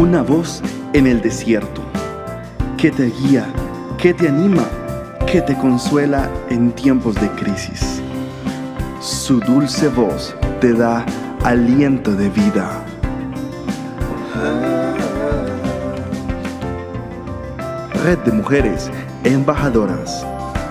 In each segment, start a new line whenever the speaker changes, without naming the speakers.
Una voz en el desierto que te guía, que te anima, que te consuela en tiempos de crisis. Su dulce voz te da aliento de vida. Red de Mujeres Embajadoras.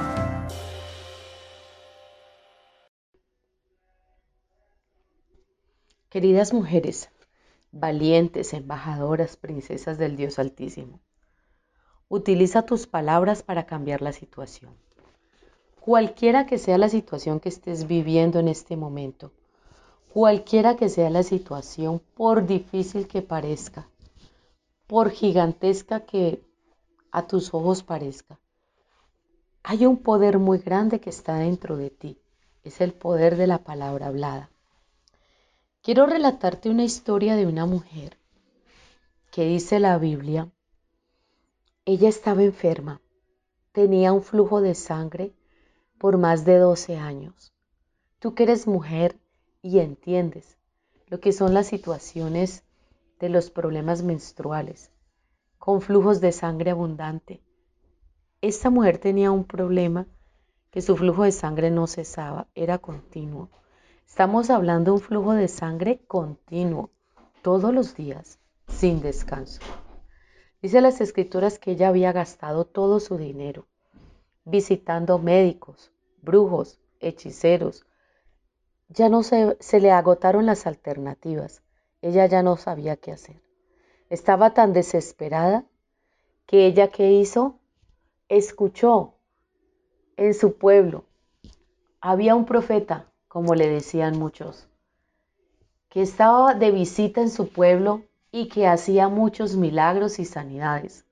Queridas mujeres, valientes, embajadoras, princesas del Dios Altísimo, utiliza tus palabras para cambiar la situación. Cualquiera que sea la situación que estés viviendo en este momento, cualquiera que sea la situación, por difícil que parezca, por gigantesca que a tus ojos parezca, hay un poder muy grande que está dentro de ti. Es el poder de la palabra hablada. Quiero relatarte una historia de una mujer que dice la Biblia. Ella estaba enferma, tenía un flujo de sangre por más de 12 años. Tú que eres mujer y entiendes lo que son las situaciones de los problemas menstruales, con flujos de sangre abundante. Esta mujer tenía un problema que su flujo de sangre no cesaba, era continuo. Estamos hablando de un flujo de sangre continuo, todos los días, sin descanso. Dice las escrituras que ella había gastado todo su dinero visitando médicos, brujos, hechiceros. Ya no se le agotaron las alternativas. Ella ya no sabía qué hacer. Estaba tan desesperada que ella, ¿qué hizo? Escuchó en su pueblo. Había un profeta, como le decían muchos, que estaba de visita en su pueblo y que hacía muchos milagros y sanidades.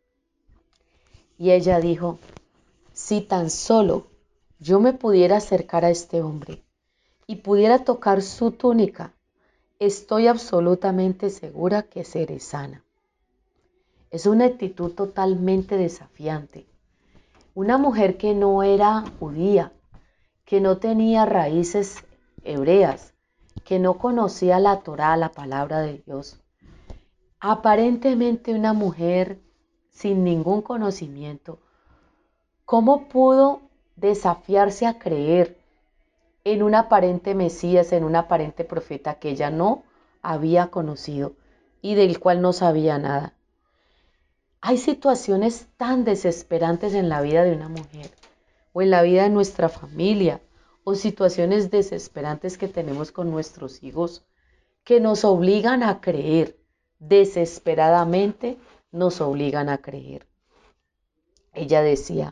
Y ella dijo: si tan solo yo me pudiera acercar a este hombre y pudiera tocar su túnica, estoy absolutamente segura que seré sana. Es una actitud totalmente desafiante. Una mujer que no era judía, que no tenía raíces hebreas, que no conocía la Torá, la palabra de Dios. Aparentemente una mujer sin ningún conocimiento. ¿Cómo pudo desafiarse a creer en un aparente Mesías, en un aparente profeta que ella no había conocido y del cual no sabía nada? Hay situaciones tan desesperantes en la vida de una mujer o en la vida de nuestra familia, o situaciones desesperantes que tenemos con nuestros hijos que nos obligan a creer, desesperadamente nos obligan a creer. Ella decía: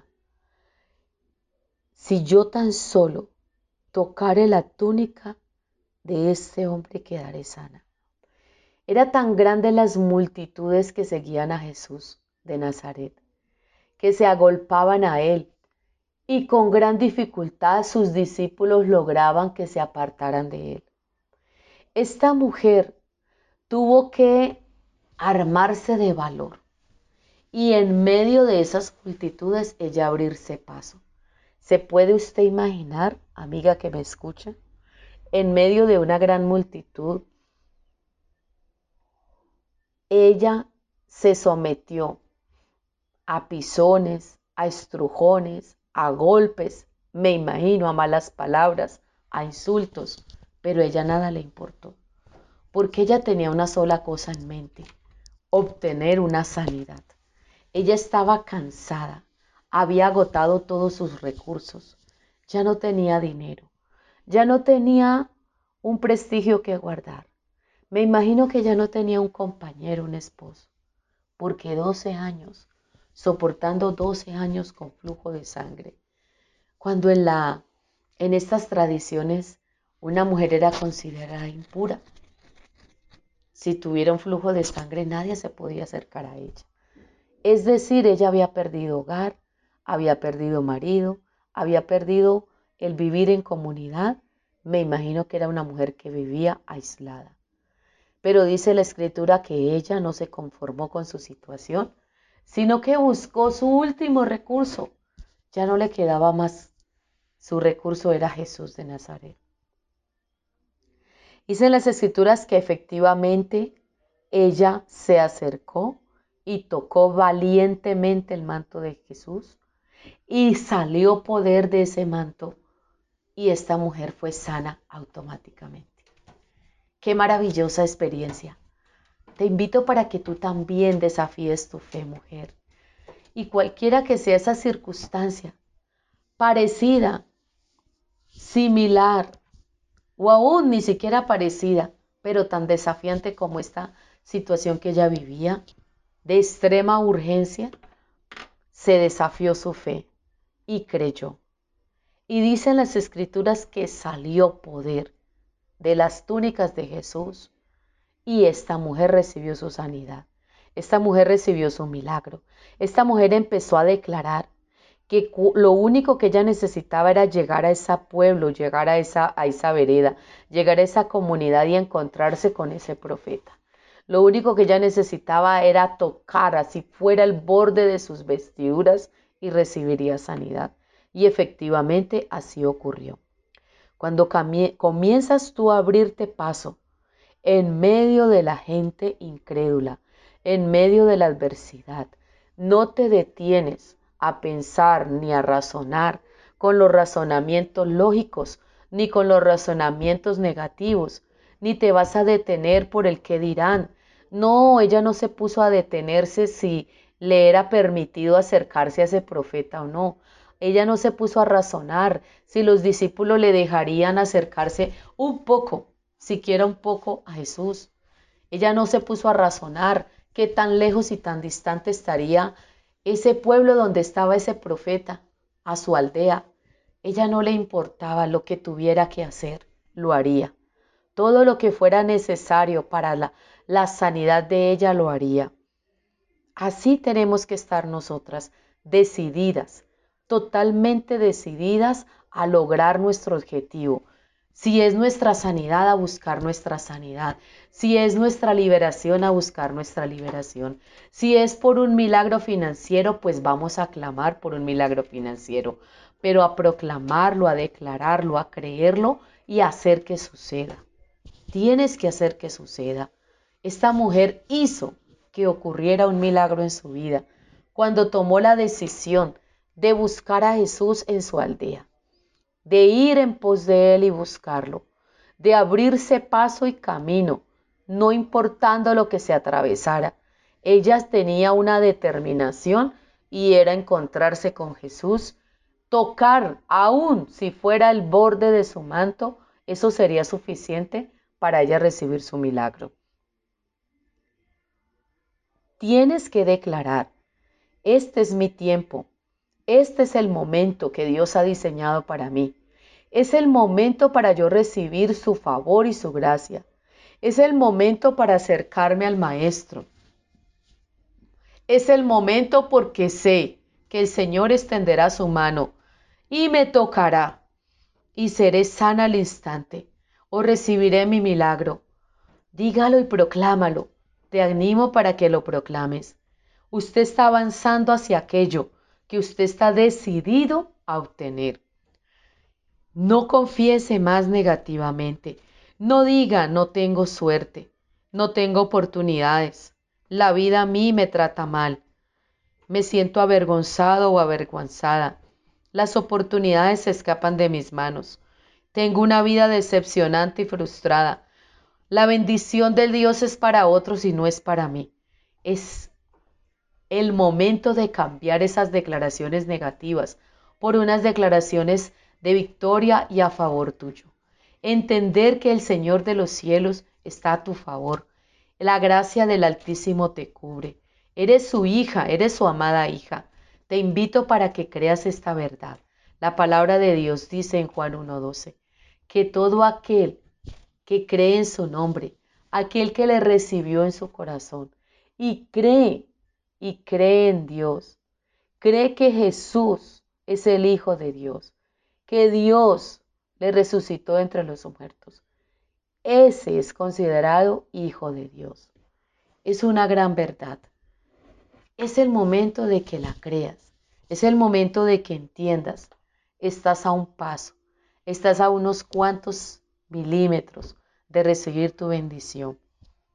si yo tan solo tocare la túnica de este hombre, quedaré sana. Era tan grande las multitudes que seguían a Jesús de Nazaret, que se agolpaban a él, y con gran dificultad sus discípulos lograban que se apartaran de él. Esta mujer tuvo que armarse de valor y en medio de esas multitudes ella abrirse paso. ¿Se puede usted imaginar, amiga que me escucha, en medio de una gran multitud, ella se sometió a pisones, a estrujones, a golpes, me imagino, a malas palabras, a insultos, pero a ella nada le importó, porque ella tenía una sola cosa en mente: obtener una sanidad. Ella estaba cansada, había agotado todos sus recursos, ya no tenía dinero, ya no tenía un prestigio que guardar. Me imagino que ya no tenía un compañero, un esposo, porque 12 años, soportando 12 años con flujo de sangre, cuando en estas tradiciones una mujer era considerada impura. Si tuviera un flujo de sangre, nadie se podía acercar a ella. Es decir, ella había perdido hogar, había perdido marido, había perdido el vivir en comunidad. Me imagino que era una mujer que vivía aislada. Pero dice la escritura que ella no se conformó con su situación, sino que buscó su último recurso. Ya no le quedaba más. Su recurso era Jesús de Nazaret. Dice las escrituras que efectivamente ella se acercó y tocó valientemente el manto de Jesús y salió poder de ese manto y esta mujer fue sana automáticamente. Qué maravillosa experiencia. Te invito para que tú también desafíes tu fe, mujer. Y cualquiera que sea esa circunstancia, parecida, similar o aún ni siquiera parecida, pero tan desafiante como esta situación que ella vivía, de extrema urgencia, se desafió su fe y creyó. Y dicen las escrituras que salió poder de las túnicas de Jesús y esta mujer recibió su sanidad. Esta mujer recibió su milagro. Esta mujer empezó a declarar que lo único que ella necesitaba era llegar a ese pueblo, llegar a esa vereda, llegar a esa comunidad y encontrarse con ese profeta. Lo único que ella necesitaba era tocar, así fuera el borde de sus vestiduras, y recibiría sanidad. Y efectivamente así ocurrió. Cuando comienzas tú a abrirte paso en medio de la gente incrédula, en medio de la adversidad, no te detienes a pensar ni a razonar con los razonamientos lógicos, ni con los razonamientos negativos, ni te vas a detener por el qué dirán. No, ella no se puso a detenerse si le era permitido acercarse a ese profeta o no. Ella no se puso a razonar si los discípulos le dejarían acercarse un poco, siquiera un poco, a Jesús. Ella no se puso a razonar qué tan lejos y tan distante estaría ese pueblo donde estaba ese profeta, a su aldea. Ella no le importaba lo que tuviera que hacer, lo haría. Todo lo que fuera necesario para la sanidad de ella lo haría. Así tenemos que estar nosotras, decididas, totalmente decididas a lograr nuestro objetivo. Si es nuestra sanidad, a buscar nuestra sanidad. Si es nuestra liberación, a buscar nuestra liberación. Si es por un milagro financiero, pues vamos a clamar por un milagro financiero, pero a proclamarlo, a declararlo, a creerlo y a hacer que suceda. Tienes que hacer que suceda. Esta mujer hizo que ocurriera un milagro en su vida cuando tomó la decisión de buscar a Jesús en su aldea, de ir en pos de él y buscarlo, de abrirse paso y camino, no importando lo que se atravesara. Ella tenía una determinación y era encontrarse con Jesús, tocar, aún si fuera el borde de su manto, eso sería suficiente para ella recibir su milagro. Tienes que declarar: este es mi tiempo, este es el momento que Dios ha diseñado para mí. Es el momento para yo recibir su favor y su gracia. Es el momento para acercarme al Maestro. Es el momento porque sé que el Señor extenderá su mano y me tocará y seré sana al instante o recibiré mi milagro. Dígalo y proclámalo. Te animo para que lo proclames. Usted está avanzando hacia aquello que usted está decidido a obtener. No confiese más negativamente. No diga: no tengo suerte, no tengo oportunidades, la vida a mí me trata mal, me siento avergonzado o avergonzada, las oportunidades se escapan de mis manos, tengo una vida decepcionante y frustrada. La bendición de Dios es para otros y no es para mí. Es el momento de cambiar esas declaraciones negativas por unas declaraciones de victoria y a favor tuyo. Entender que el Señor de los cielos está a tu favor. La gracia del Altísimo te cubre. Eres su hija, eres su amada hija. Te invito para que creas esta verdad. La palabra de Dios dice en Juan 1:12 que todo aquel que cree en su nombre, aquel que le recibió en su corazón y cree en Dios, cree que Jesús es el Hijo de Dios, que Dios le resucitó entre los muertos. Ese es considerado Hijo de Dios. Es una gran verdad. Es el momento de que la creas. Es el momento de que entiendas. Estás a un paso. Estás a unos cuantos milímetros de recibir tu bendición.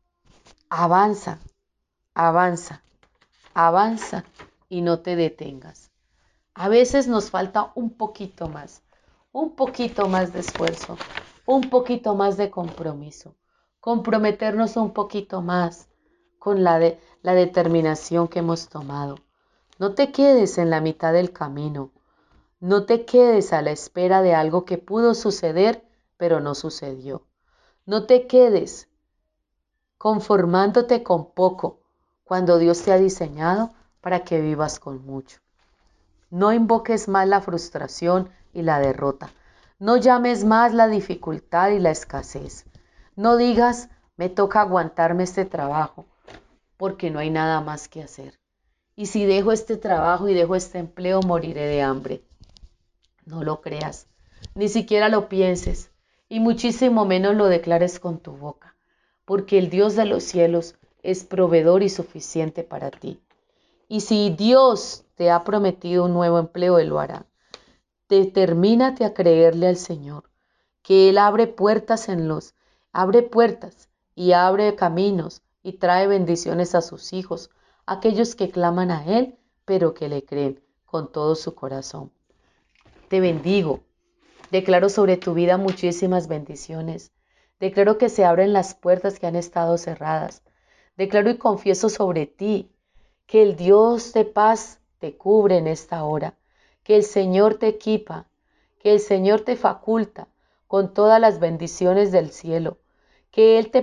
Avanza, avanza, avanza y no te detengas. A veces nos falta un poquito más de esfuerzo, un poquito más de compromiso, comprometernos un poquito más con la determinación que hemos tomado. No te quedes en la mitad del camino, no te quedes a la espera de algo que pudo suceder, pero no sucedió. No te quedes conformándote con poco cuando Dios te ha diseñado para que vivas con mucho. No invoques más la frustración y la derrota. No llames más la dificultad y la escasez. No digas, me toca aguantarme este trabajo porque no hay nada más que hacer. Y si dejo este trabajo y dejo este empleo, moriré de hambre. No lo creas, ni siquiera lo pienses, y muchísimo menos lo declares con tu boca, porque el Dios de los cielos es proveedor y suficiente para ti. Y si Dios te ha prometido un nuevo empleo, Él lo hará. Determínate a creerle al Señor, que Él abre puertas y abre caminos y trae bendiciones a sus hijos, aquellos que claman a Él, pero que le creen con todo su corazón. Te bendigo. Declaro sobre tu vida muchísimas bendiciones. Declaro que se abren las puertas que han estado cerradas. Declaro y confieso sobre ti que el Dios de paz te cubre en esta hora, que el Señor te equipa, que el Señor te faculta con todas las bendiciones del cielo, que Él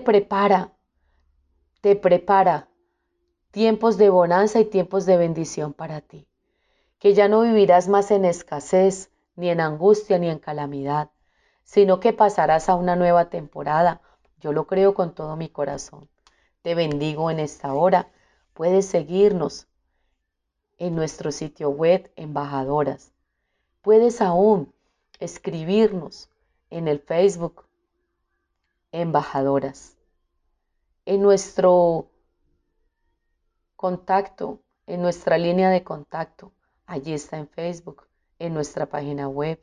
te prepara tiempos de bonanza y tiempos de bendición para ti, que ya no vivirás más en escasez, ni en angustia, ni en calamidad, sino que pasarás a una nueva temporada. Yo lo creo con todo mi corazón. Te bendigo en esta hora. Puedes seguirnos en nuestro sitio web, Embajadoras. Puedes aún escribirnos en el Facebook, Embajadoras. En nuestro contacto, en nuestra línea de contacto, allí está en Facebook, en nuestra página web.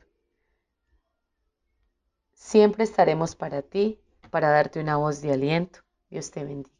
Siempre estaremos para ti, para darte una voz de aliento. Dios te bendiga.